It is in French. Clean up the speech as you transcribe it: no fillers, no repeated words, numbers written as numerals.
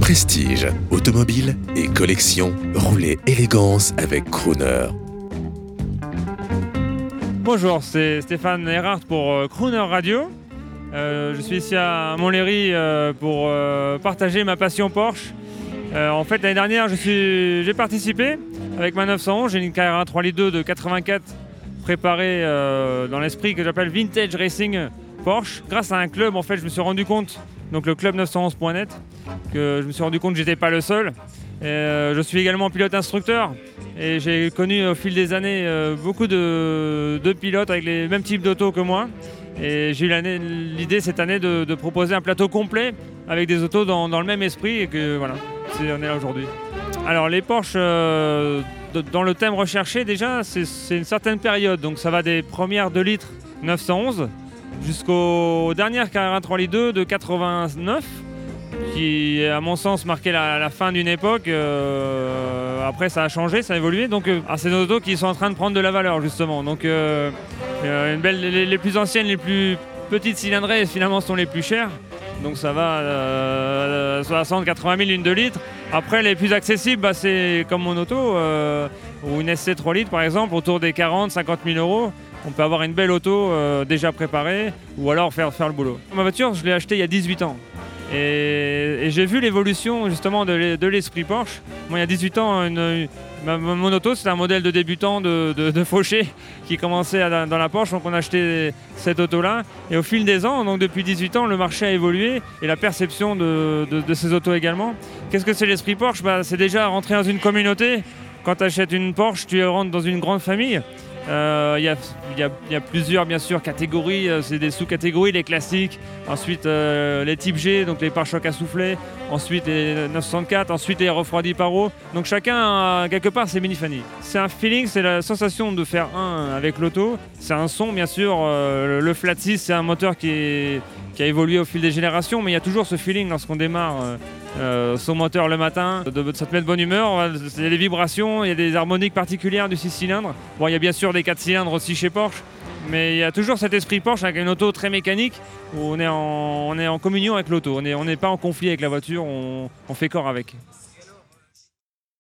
Prestige, automobile et collection, roulez élégance avec Crooner. Bonjour, c'est Stéphane Erhardt pour Crooner Radio. Je suis ici à Montlhéry pour partager ma passion Porsche. En fait, l'année dernière, j'ai participé avec ma 911. J'ai une Carrera 3 litres 2 de 84 préparée dans l'esprit que j'appelle Vintage Racing Porsche. Grâce à un club, en fait, je me suis rendu compte, donc le club 911.net, que je me suis rendu compte que j'étais pas le seul. Je suis également pilote instructeur et j'ai connu au fil des années beaucoup de pilotes avec les mêmes types d'autos que moi. Et j'ai eu l'idée cette année de proposer un plateau complet avec des autos dans le même esprit et que voilà, on est là aujourd'hui. Alors les Porsche, dans le thème recherché déjà, c'est une certaine période. Donc ça va des premières 2 litres 911 jusqu'aux dernières Carrera 3 litres 2 de 89. Qui, à mon sens, marquait la fin d'une époque. Après, ça a changé, ça a évolué. Donc, c'est des autos qui sont en train de prendre de la valeur, justement. Donc, les plus anciennes, les plus petites cylindrées, finalement, sont les plus chères. Donc, ça va 60, 80 000, une 2 litres. Après, les plus accessibles, c'est comme mon auto, ou une SC 3 litres, par exemple, autour des 40, 50 000 euros. On peut avoir une belle auto déjà préparée, ou alors faire le boulot. Ma voiture, je l'ai achetée il y a 18 ans. Et j'ai vu l'évolution justement de l'esprit Porsche. Moi, il y a 18 ans, mon auto, c'était un modèle de débutant de fauché qui commençait dans la Porsche. Donc on a acheté cette auto-là. Et au fil des ans, donc depuis 18 ans, le marché a évolué et la perception de ces autos également. Qu'est-ce que c'est l'esprit Porsche ? C'est déjà rentrer dans une communauté. Quand tu achètes une Porsche, tu rentres dans une grande famille. Il y a plusieurs, bien sûr, catégories. C'est des sous-catégories, les classiques. Ensuite, les types G, donc les pare-chocs à soufflet. Ensuite, les 964. Ensuite, les refroidis par eau. Donc, chacun, quelque part, c'est mini-famille. C'est un feeling, c'est la sensation de faire un avec l'auto. C'est un son, bien sûr. Le Flat 6, c'est un moteur qui a évolué au fil des générations. Mais il y a toujours ce feeling lorsqu'on démarre son moteur le matin. Ça te met de bonne humeur. Il y a des vibrations, il y a des harmoniques particulières du 6 cylindres. Bon, il y a bien sûr des 4 cylindres aussi chez Porsche. Mais il y a toujours cet esprit Porsche avec une auto très mécanique où on est en communion avec l'auto. On n'est pas en conflit avec la voiture, on fait corps avec.